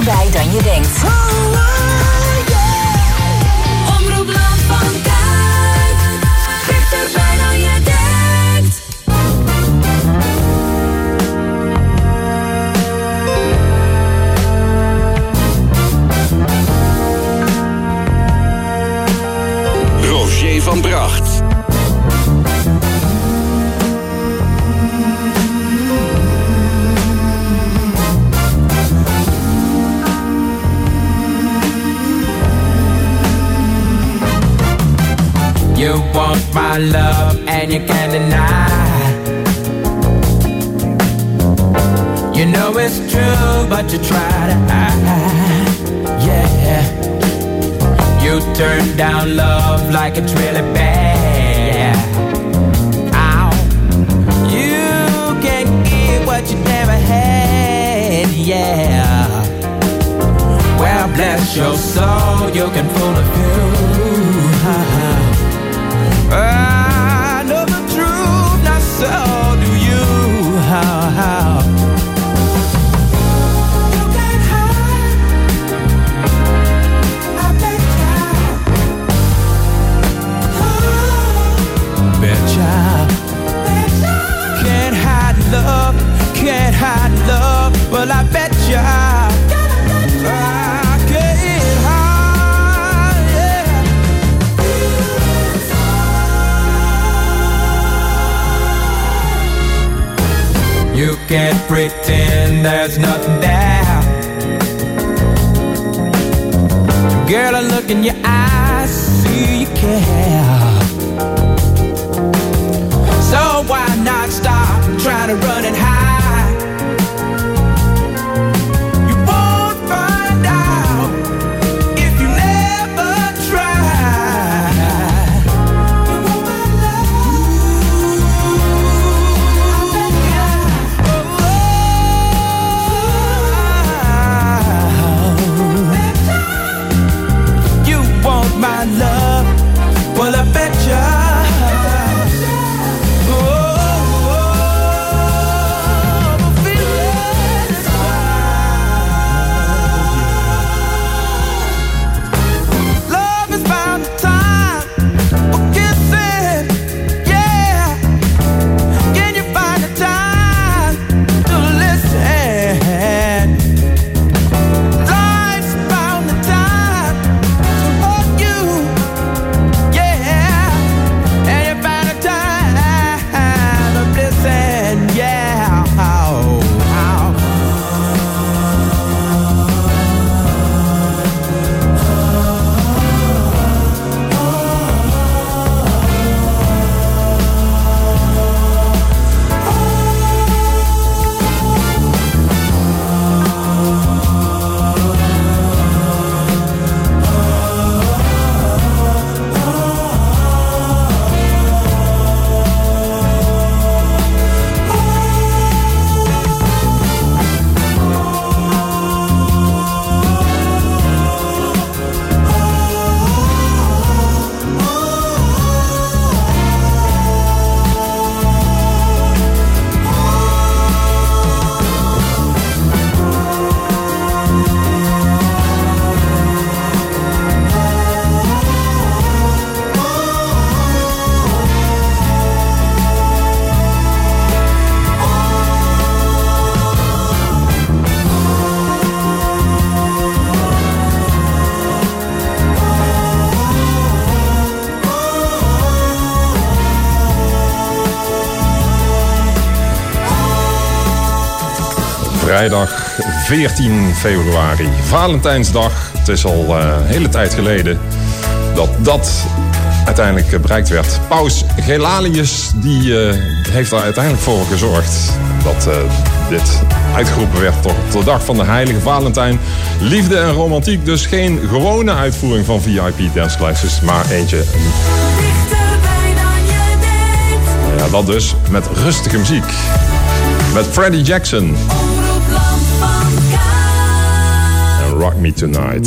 dichterbij dan je denkt. Omroep Land van Kuik, dichterbij dan je denkt. Roger van Bracht. You want my love and you can't deny. You know it's true, but you try to hide. Yeah. You turn down love like it's really bad. Ow. You can't give what you never had. Yeah. Well, bless your soul, you can fool a few. I know the truth, not so do you. How? You can't hide. I betcha. Can't hide love, can't hide love. Well, I betcha. I can't hide, yeah. You can't pretend there's nothing there. Girl, I look in your eyes, see you care. So why not stop trying to run and hide? You won't find out if you never try. You want my love? You want my love? Well, I betcha. Vrijdag 14 februari, Valentijnsdag. Het is al een hele tijd geleden dat uiteindelijk bereikt werd. Paus Gelalius die heeft er uiteindelijk voor gezorgd dat dit uitgeroepen werd tot de dag van de heilige Valentijn. Liefde en romantiek, dus geen gewone uitvoering van VIP Dance Classes, maar eentje. Dichterbij dan je denkt. Ja, dat dus met rustige muziek. Met Freddie Jackson. Omroep Land van Kuik. En Rock Me Tonight.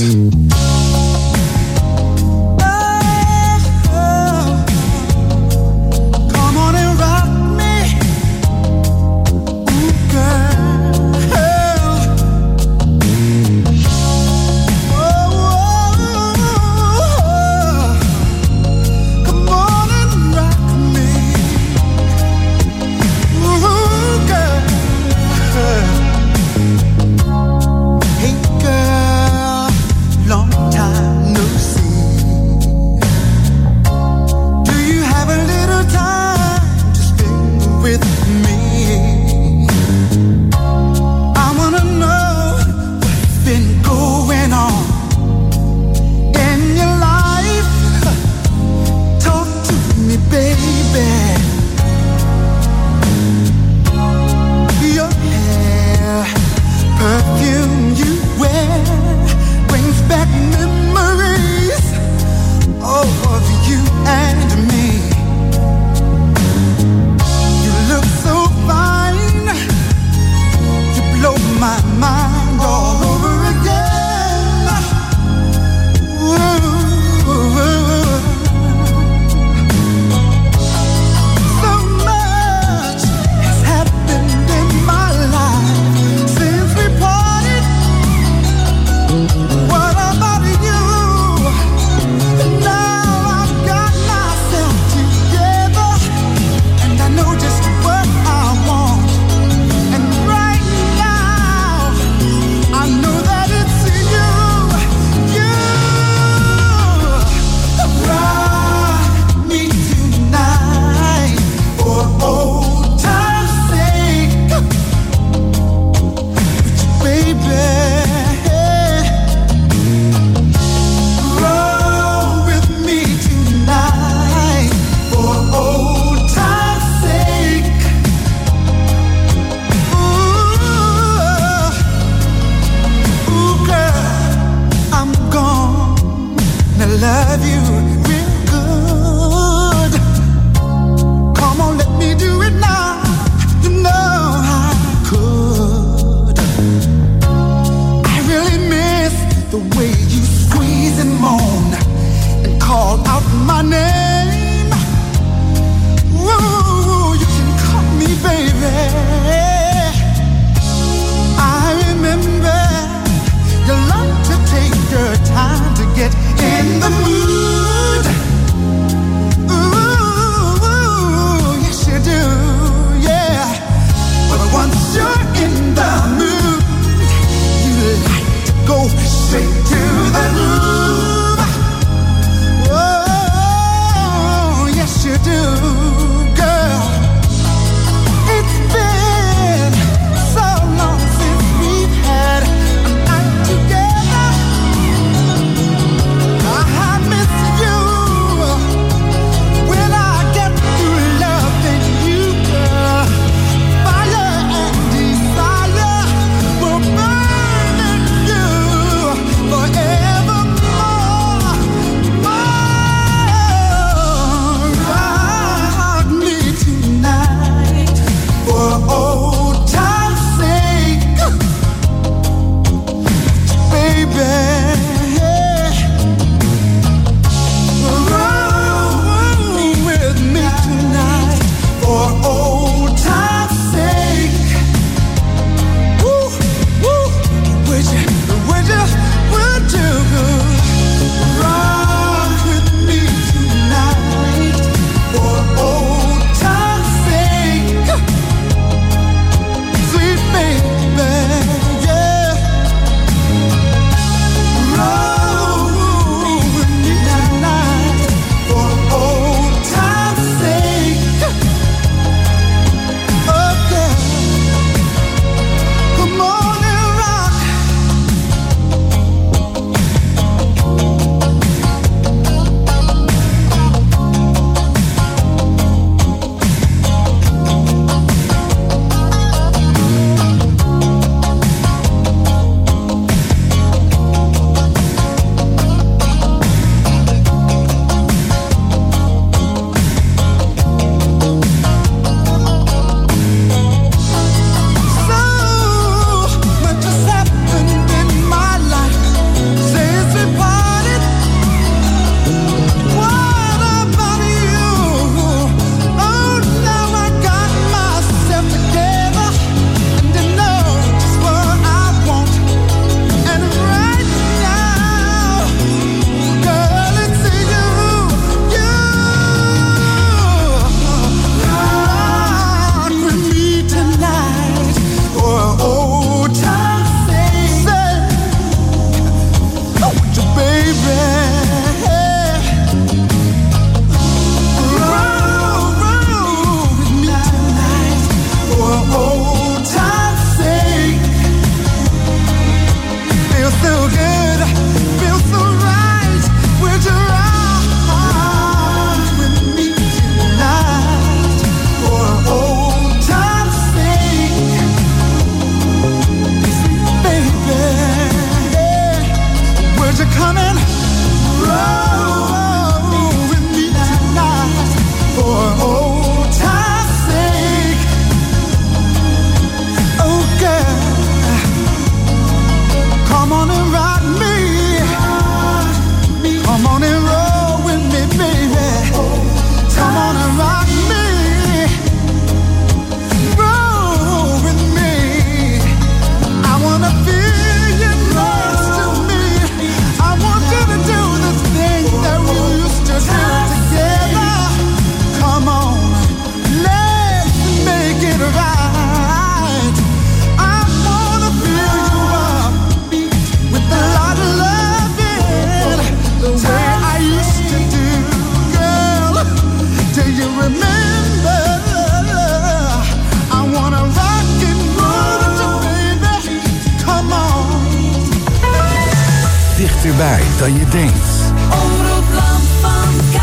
dichterbij dan je denkt. Omroep Land van Kuik.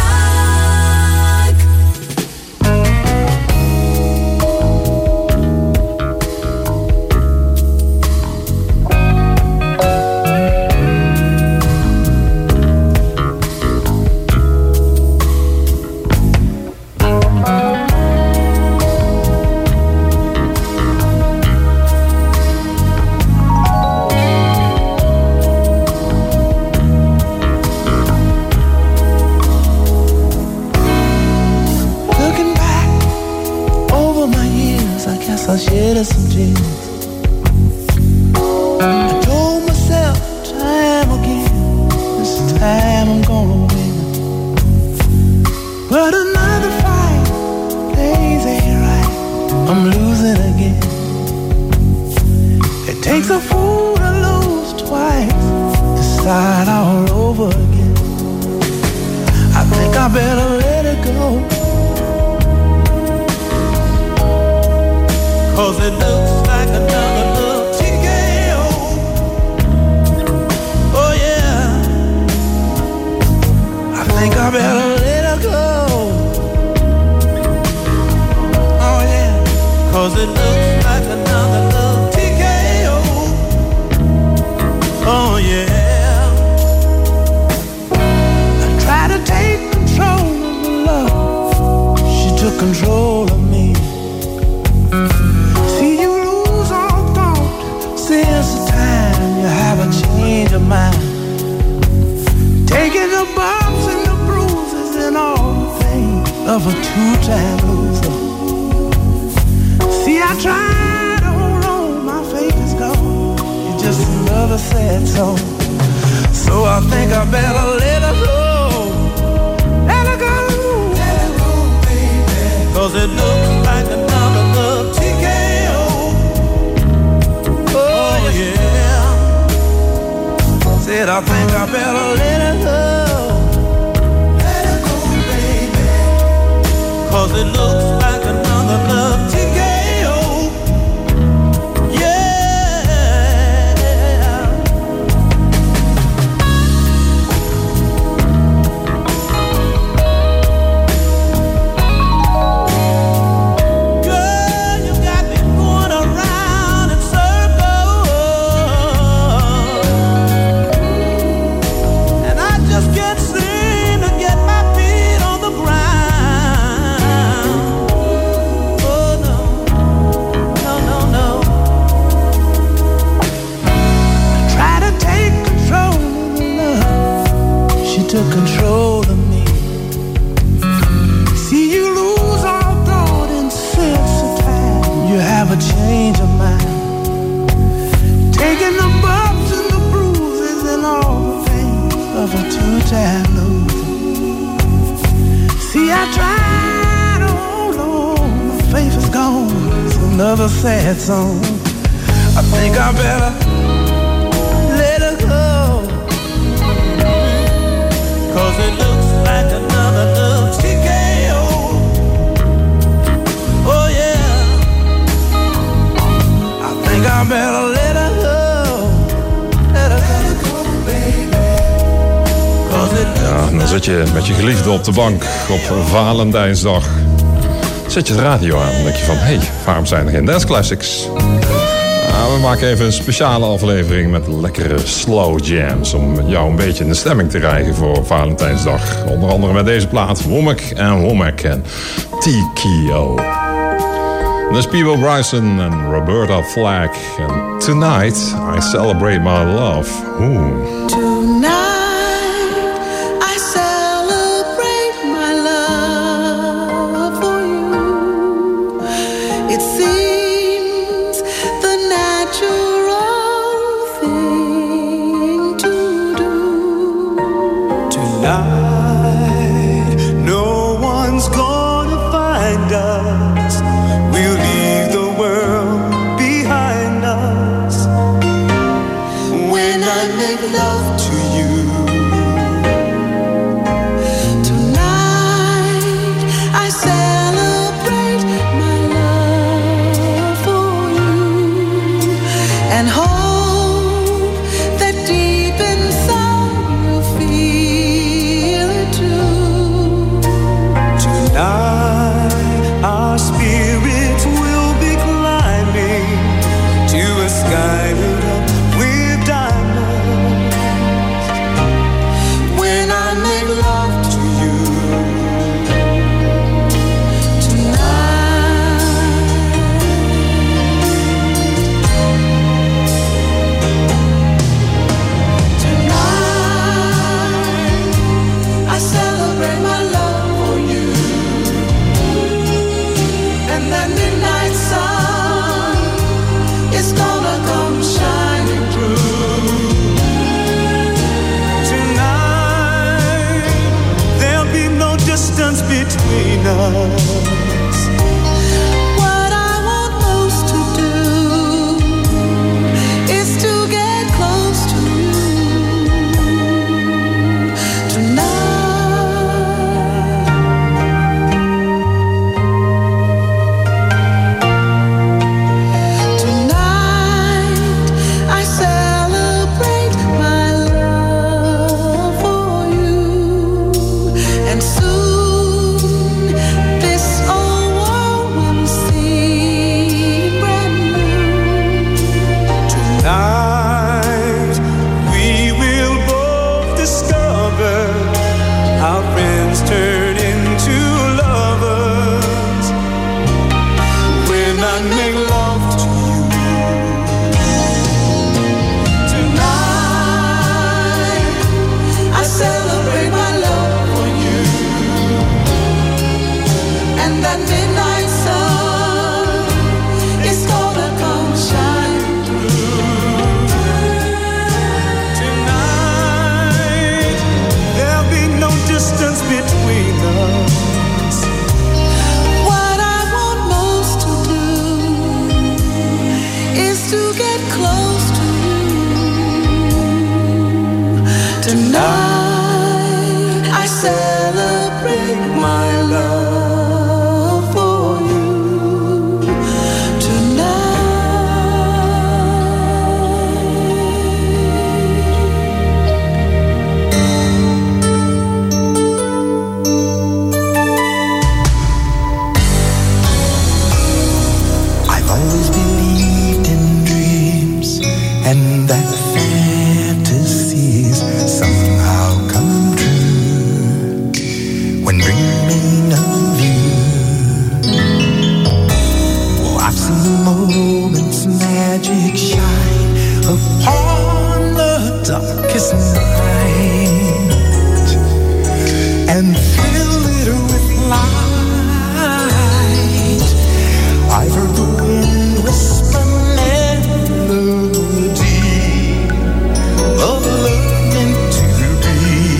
I shed some tears. I told myself time again, this time I'm gonna win. But another fight, plays ain't right, I'm losing again. It takes a fool to lose twice, to start all over again. I think I better let it go, 'cause it looks like another little TKO. Oh yeah, I think I better let her go. Oh yeah, 'cause it looks like another little TKO. Oh yeah, I tried to take control of the love, she took control of me. Since the time you have a change of mind, taking the bumps and the bruises and all the things of a two-time loser. See, I tried to hold on, my faith is gone. It's just another sad song. So I think I better let her go. Let her go. Let her go, baby. 'Cause it looks like another love TKO. Yeah, said I think I better let it go. Let it go, baby. 'Cause it looks like another love TKO. Yeah. Girl, you got me going around in circles. Just can't seem to get my feet on the ground. Oh no, no, no, no. I tried to take control of the love, she took control of me. See, you lose all thought and sense of time, you have a change of mind, taking the bumps and the bruises and all the things of a two-time loser. See, I tried to hold on, my faith is gone. It's another sad song. I think I better let her go, 'cause it looks like another little TKO. Oh yeah, I think I better let her go. Let her go, baby. Ja, dan zit je met je geliefde op de bank op Valentijnsdag. Zet je de radio aan en denk je van, hé, waarom zijn er geen dance classics? Nou, we maken even een speciale aflevering met lekkere slow jams om jou een beetje in de stemming te krijgen voor Valentijnsdag. Onder andere met deze plaat, Womack en Womack en TKO. Dus Peebo Bryson en Roberta Flack. En Tonight I Celebrate My Love. No one's gonna find us. We'll leave the world behind us. When I make love to you, us. What I want most to do is to get close to you tonight. Tonight I celebrate my love for you, and soon this old world will seem brand new. Tonight we will both discover how friends turn into lovers when I make love to you. Tonight I celebrate my love for you, and that midnight sun is gonna come shine through. Tonight there'll be no distance between us. What I want most to do is to get close to you tonight. I celebrate my love for you I've always believed in dreams and that fantasies somehow come true when dreaming of you. Well, I've seen moments magic shine upon the darkest night and fill it with light. I've heard the wind whisper melody of love meant to be.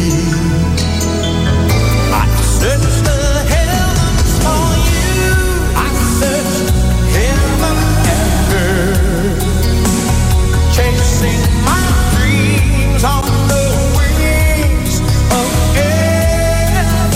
I've searched the heavens for you. I've searched heaven and earth, chasing my dreams on the wings of air.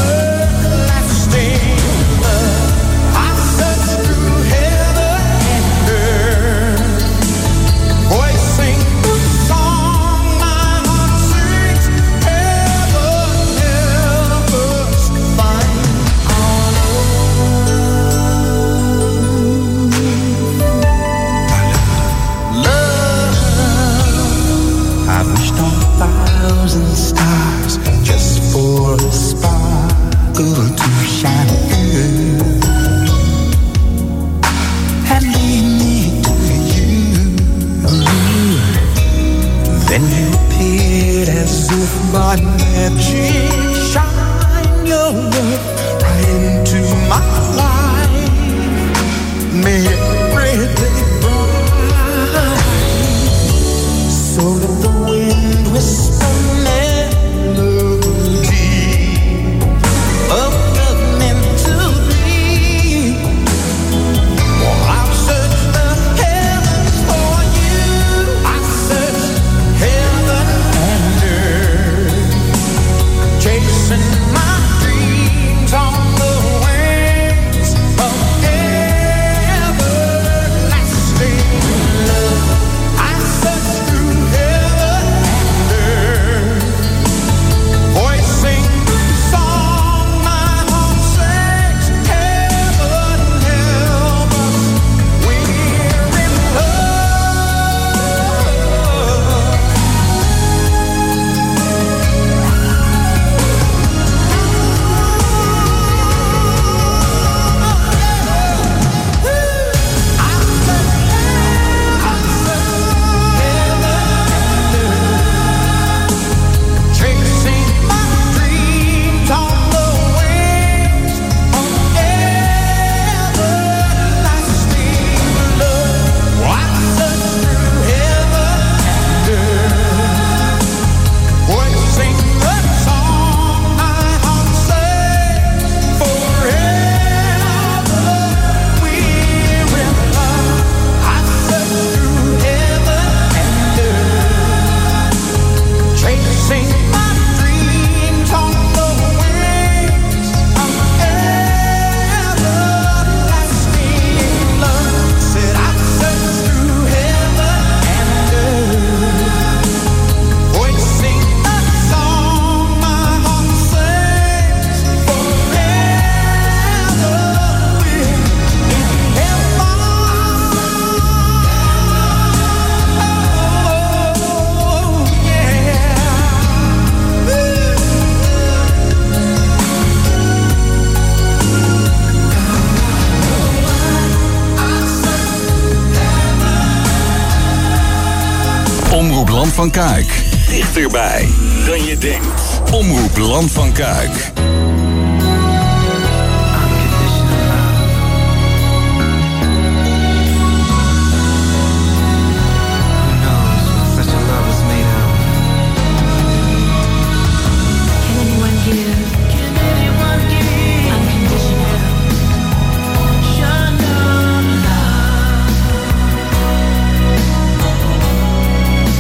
Omroep Land van Kuik. Dichterbij dan je denkt. Omroep Land van Kuik.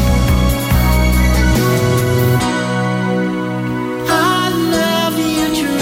I love you.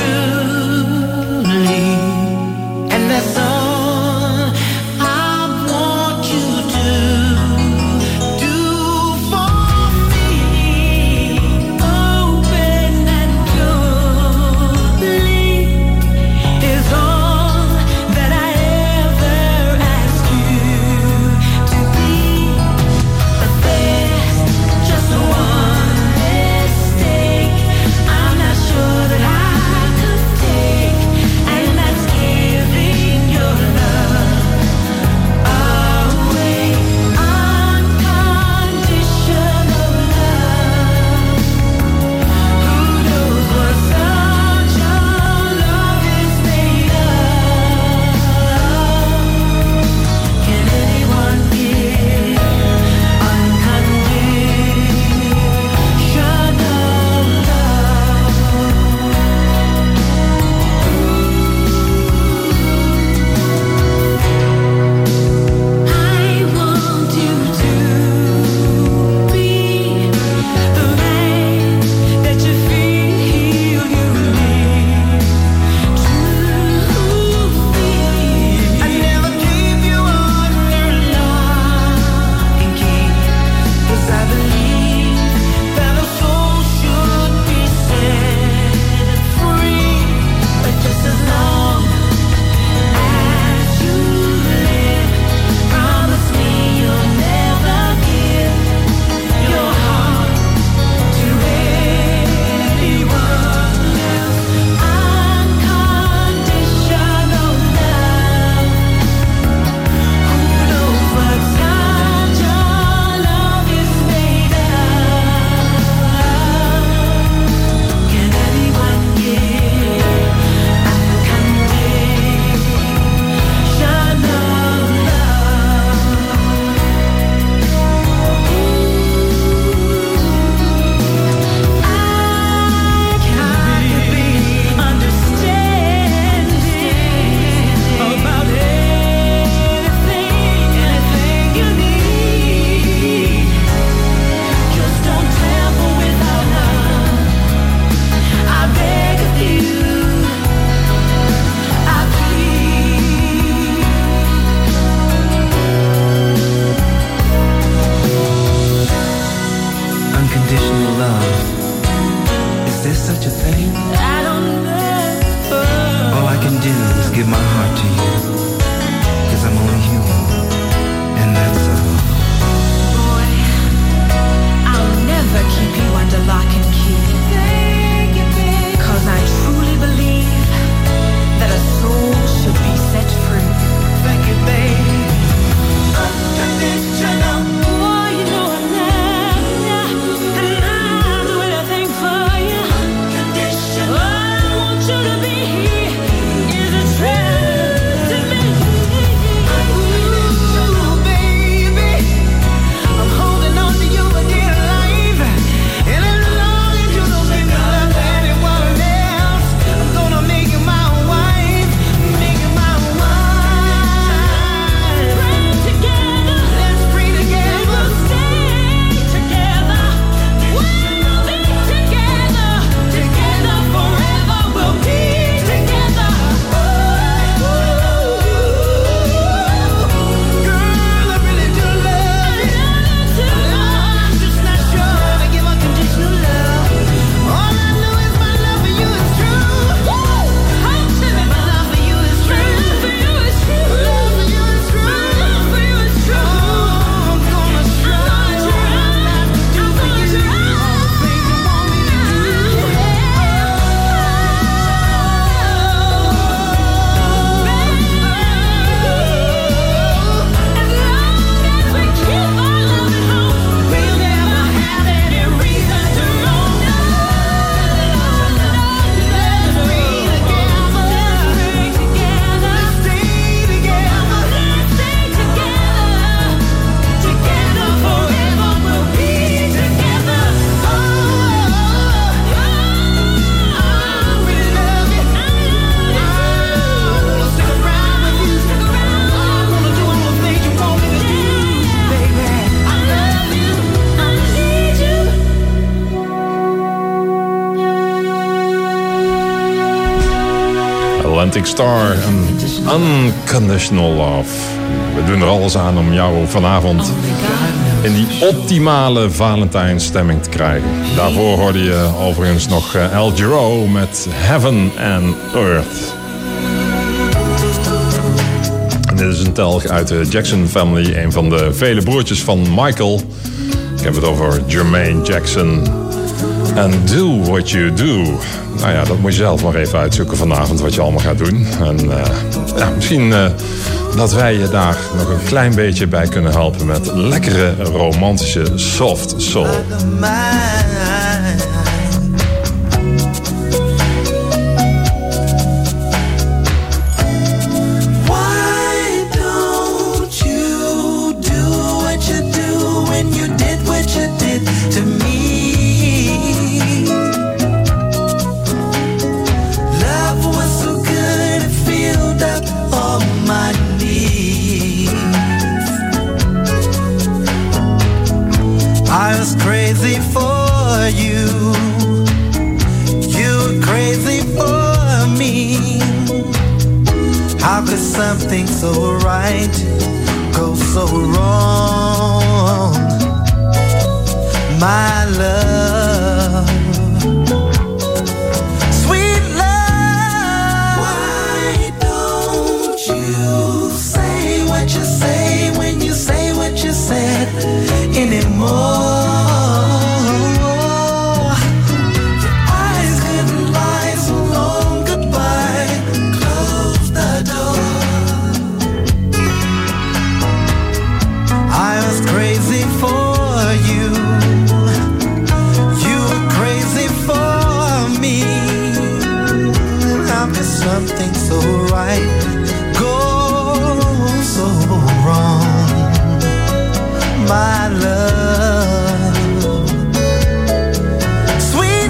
Celtic Star en Unconditional Love. We doen er alles aan om jou vanavond in die optimale Valentijnsstemming te krijgen. Daarvoor hoorde je overigens nog Al Jarreau met Heaven and Earth. En dit is een telg uit de Jackson Family, een van de vele broertjes van Michael. Ik heb het over Jermaine Jackson. En Do What You Do. Nou ja, dat moet je zelf maar even uitzoeken vanavond wat je allemaal gaat doen. En ja, misschien dat wij je daar nog een klein beetje bij kunnen helpen met lekkere romantische soft soul. Crazy for you, you're crazy for me. How could something so right go so wrong? My love, sweet love. Why don't you say what you say when you say what you said anymore? Something so right goes so wrong, my love, sweet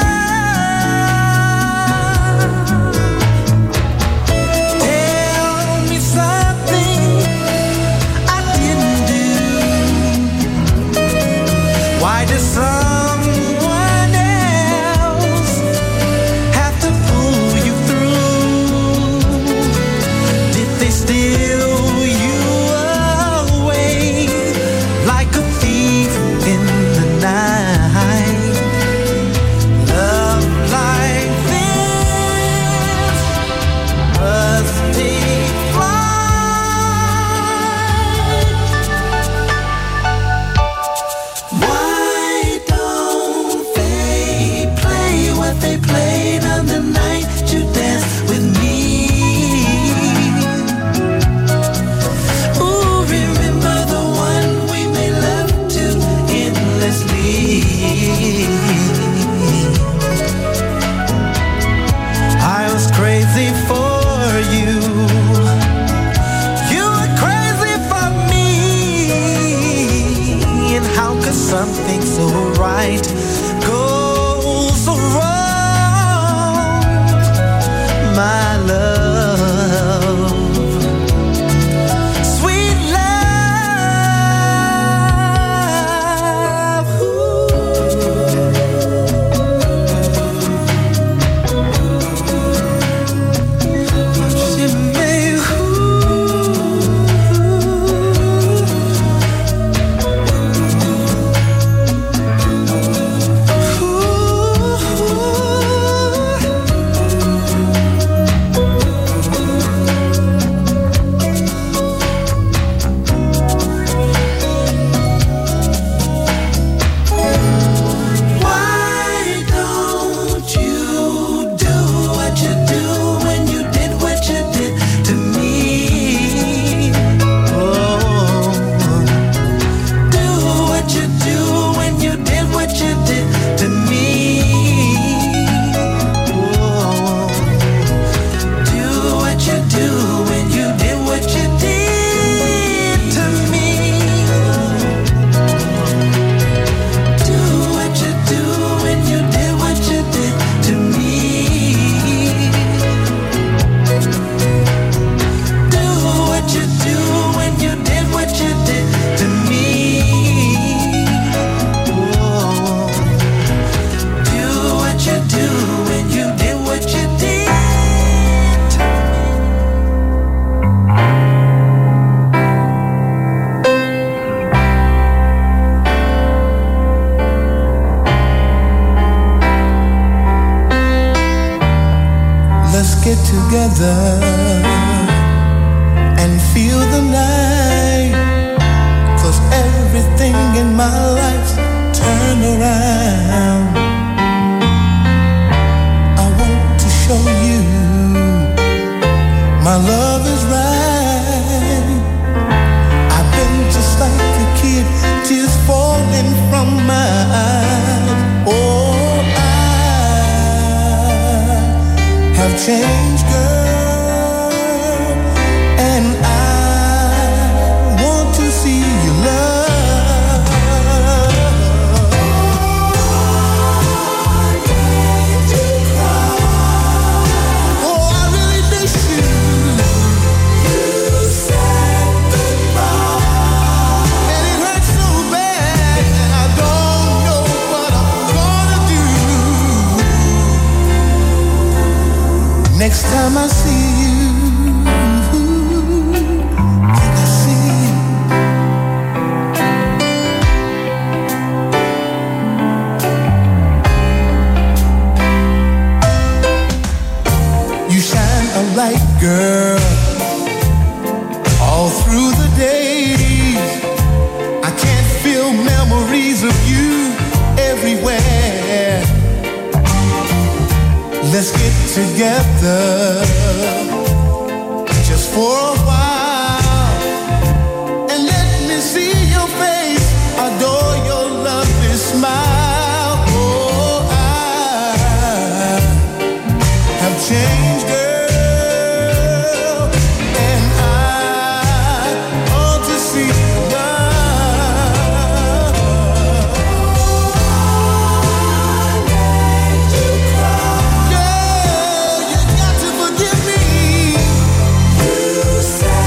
love. Tell me something I didn't do. Why does someone else have to pull you through? Did they steal you away like a thief in the night? Love like this must take flight. Why don't they play what they played on the night you danced with me? Ooh, remember the one we made love to endlessly? I was crazy for you. You were crazy for me. And how could something so right go so wrong? My love, sweet love. She may, together and feel the night, 'cause everything in my life turn around. I want to show you my love is right. I've been just like a kid, tears falling from my eyes. Oh, I have changed, girl, and I want to see you love. Next time I see you, can I see you? You shine a light, girl, all through the days. I can't feel memories of you everywhere. Let's get together just for a while and let me see your face, adore your lovely smile. Oh, I have changed, girl, and I want to see your love. Girl, you got to forgive me. You said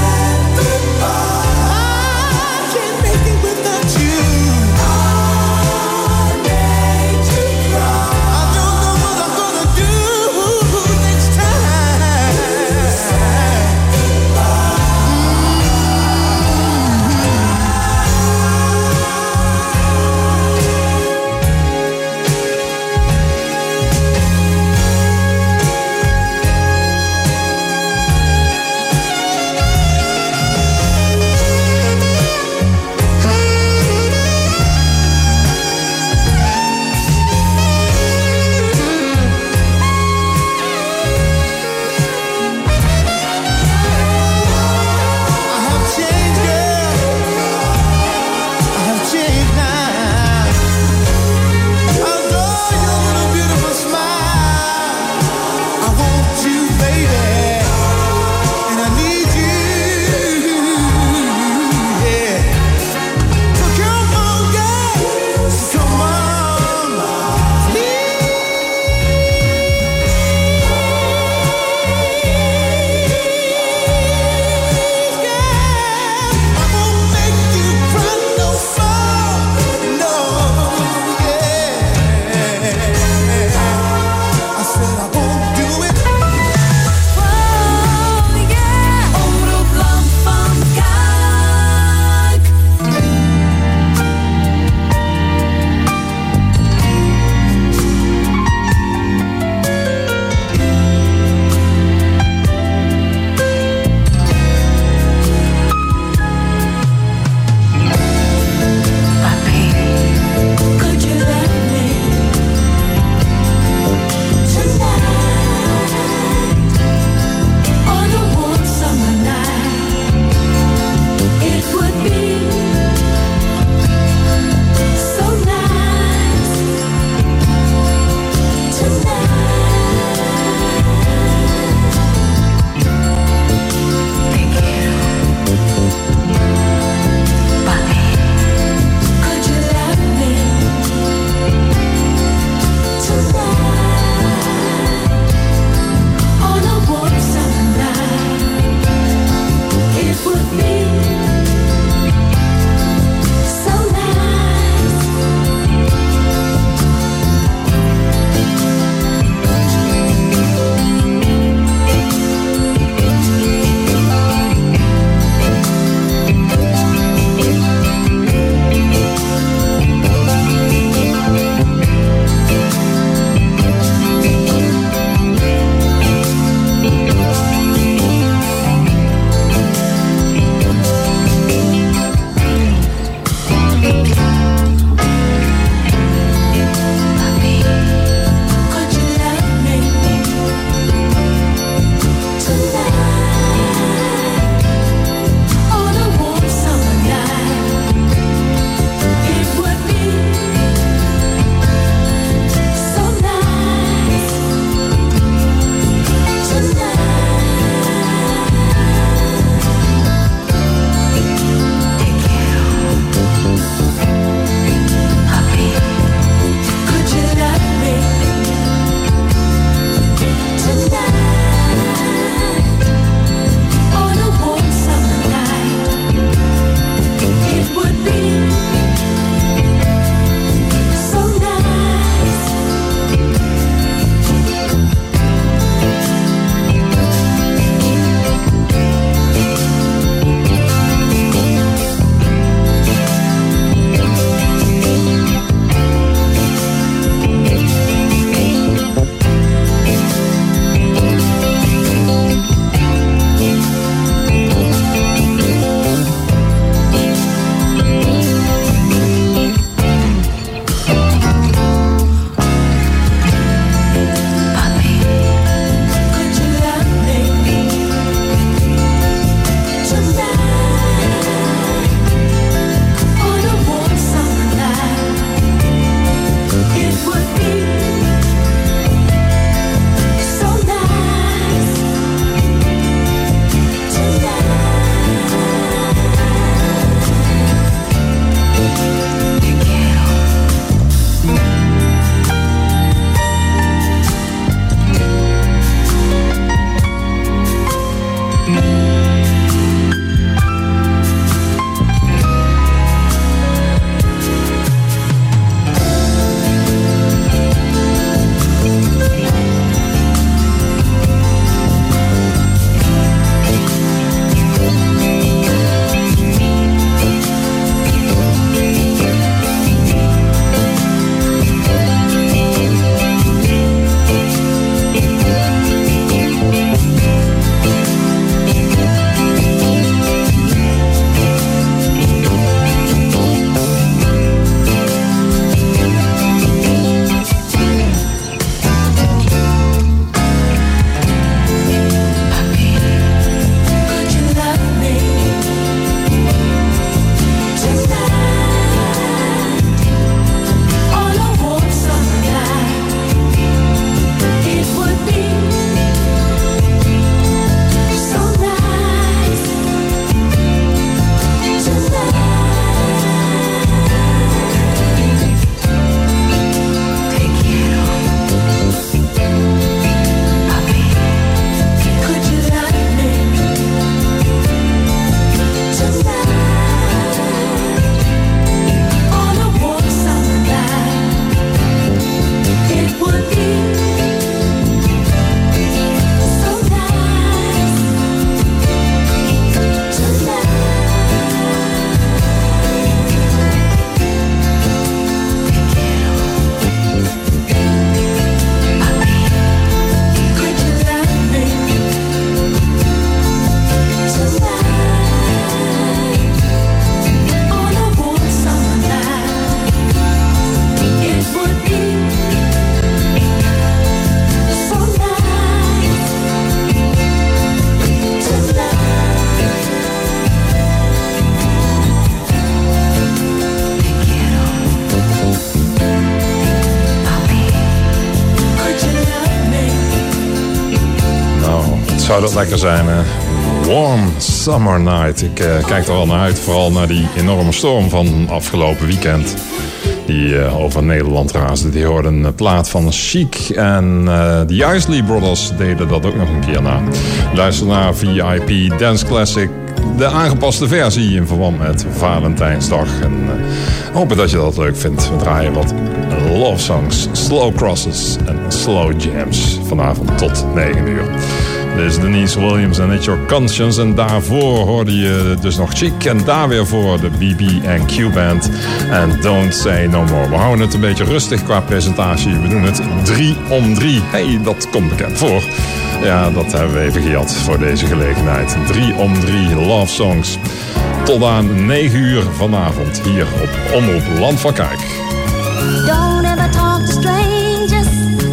Zou dat lekker zijn, hè? Warm Summer Night. Ik kijk er al naar uit, vooral naar die enorme storm van afgelopen weekend. Die over Nederland raasde. Die hoorde een plaat van Chic. En de Isley Brothers deden dat ook nog een keer na. Luister naar VIP Dance Classic. De aangepaste versie in verband met Valentijnsdag. En hopen dat je dat leuk vindt. We draaien wat love songs, slow crosses en slow jams. Vanavond tot 9 uur. Dit is Denise Williams en It's Your Conscience. En daarvoor hoorde je dus nog Chic. En daar weer voor de BB&Q Band. En Don't Say No More. We houden het een beetje rustig qua presentatie. We doen het 3 om 3. Hey, dat komt bekend voor. Ja, dat hebben we even gehad voor deze gelegenheid. 3 om 3 love songs. Tot aan 9 uur vanavond hier op Omroep Land van Kuik. Don't ever talk to strangers.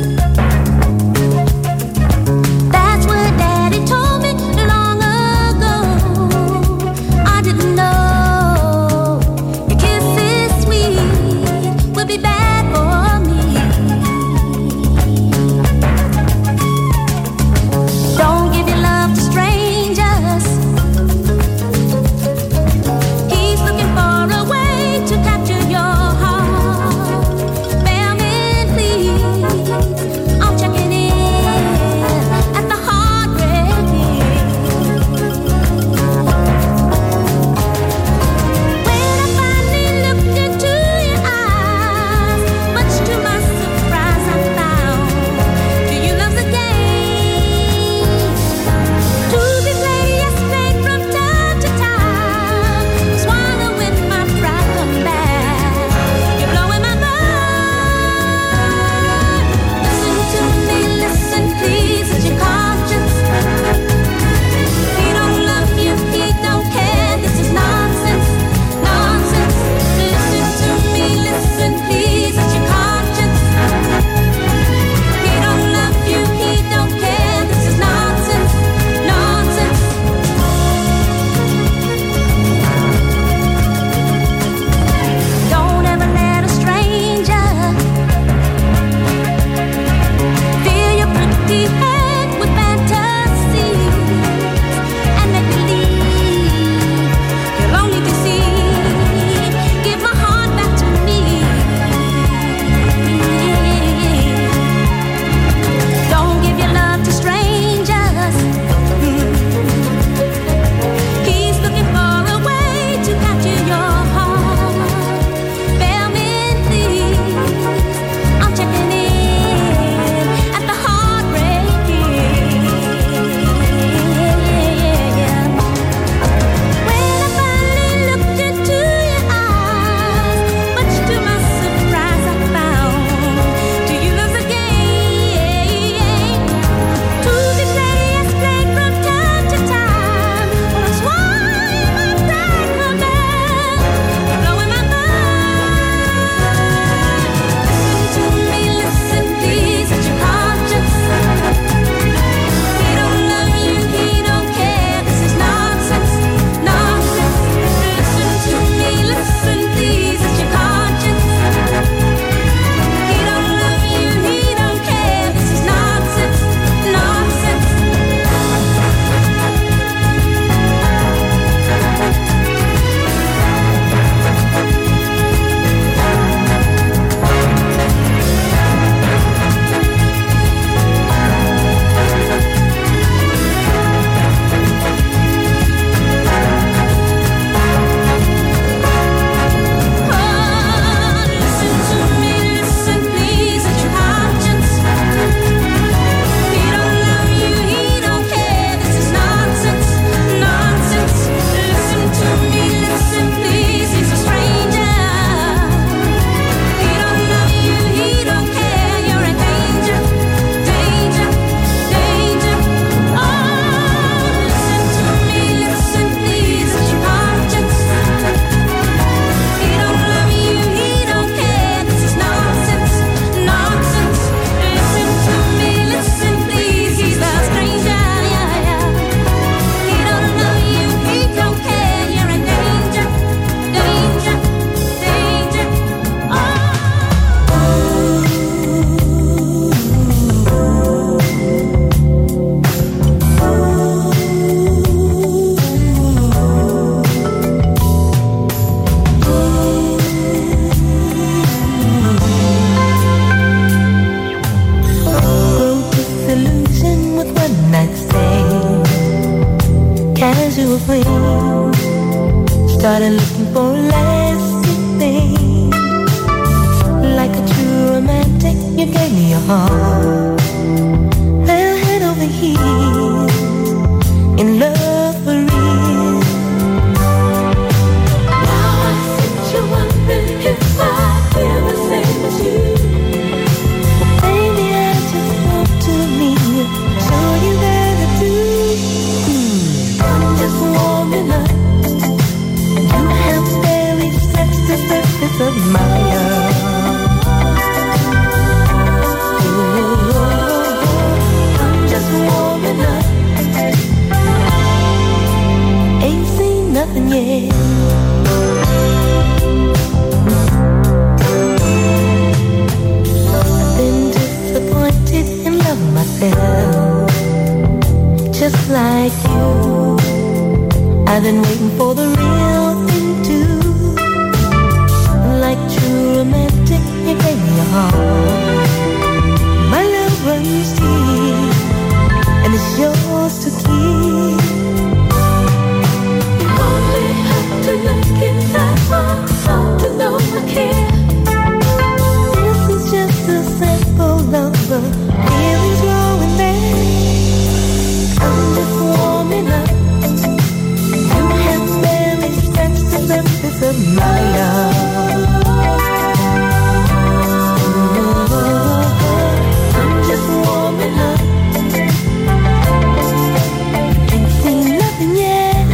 That's what Daddy told me long ago. I didn't know your kiss is sweet would be bad for me. Don't give your love to strangers. He's looking for a way to capture your heart. Bear me, please. started looking for a lasting thing. Like a true romantic, you gave me your heart. Fell head over heels in love for real. Now I sit you wondering if I feel the same as you. Well, baby, I just want to meet you, show you that I do. I'm just warming up. You have barely scratched the surface of my heart. I'm just warming up. Ain't seen nothing yet. I've been disappointed in love myself, just like you. I've been waiting for the real thing too. Like true romantic, you gave me your heart. My love runs deep, and it's yours to keep. You only have to look inside my heart to know I care. This is just a simple lover, feelings growing there. I'm just warming up. You have barely scratched the surface of my love. I'm just warming up. Ain't seen nothing yet,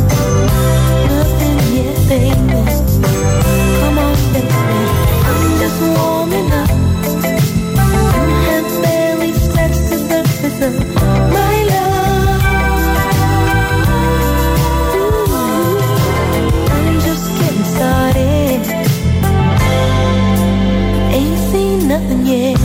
baby. Come on, baby. I'm just warming up. You have barely scratched the surface of my love. I'm just getting started. Ain't seen nothing yet.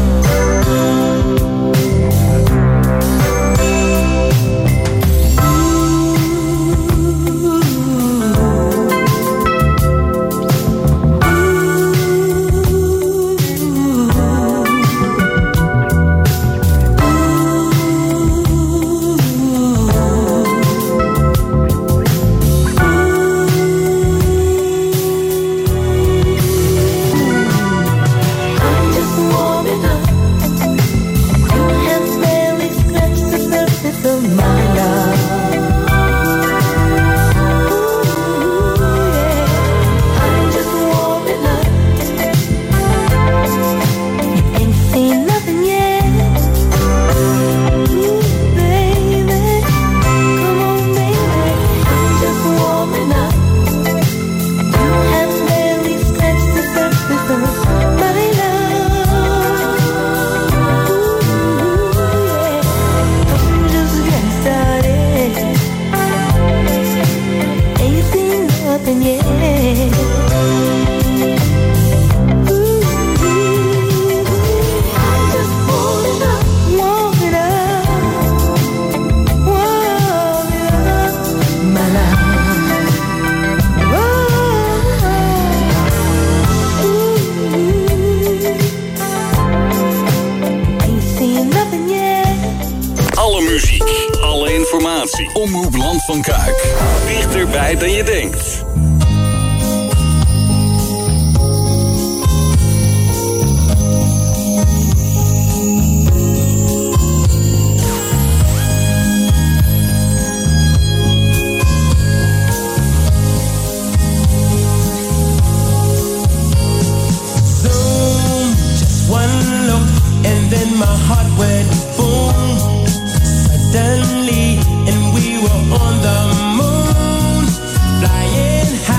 Omroep Land van Kuik. Dichterbij dan je denkt. Zoom, just one look, and then my heart went boom. Suddenly, and we were on the moon, flying high.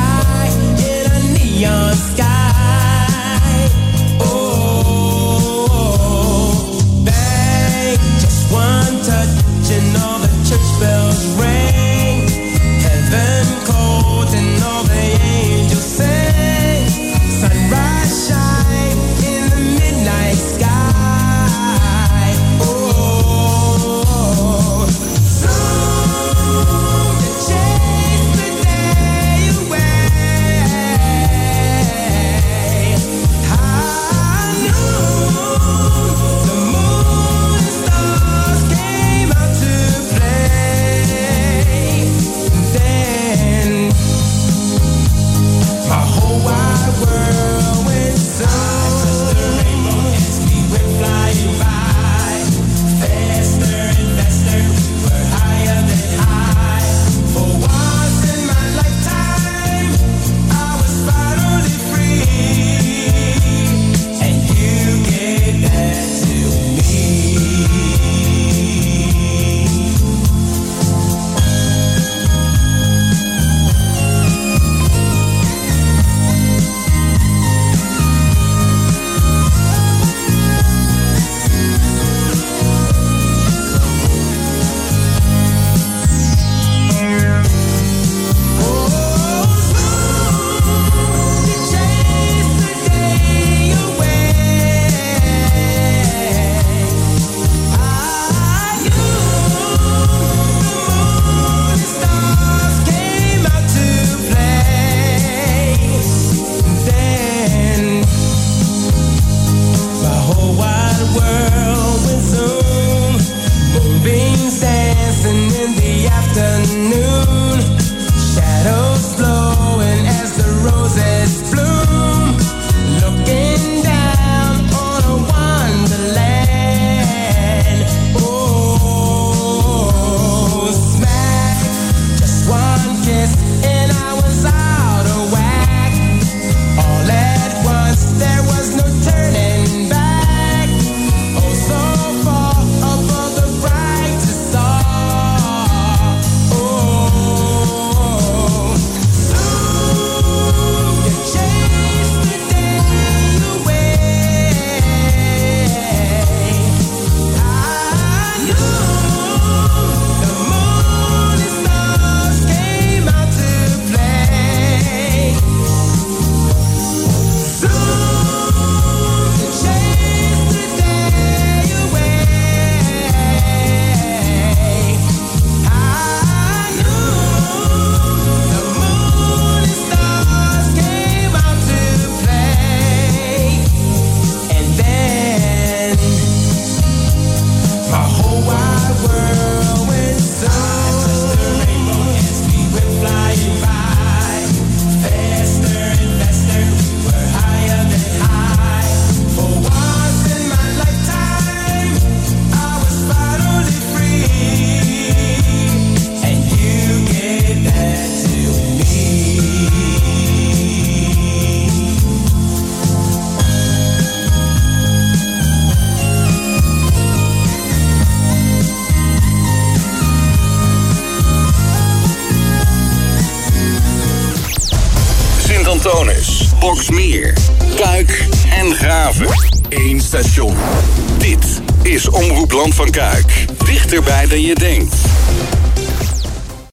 Sint-Antonis, Boxmeer, Kuik en Graven. 1 station. Dit is Omroep Land van Kuik. Dichterbij dan je denkt.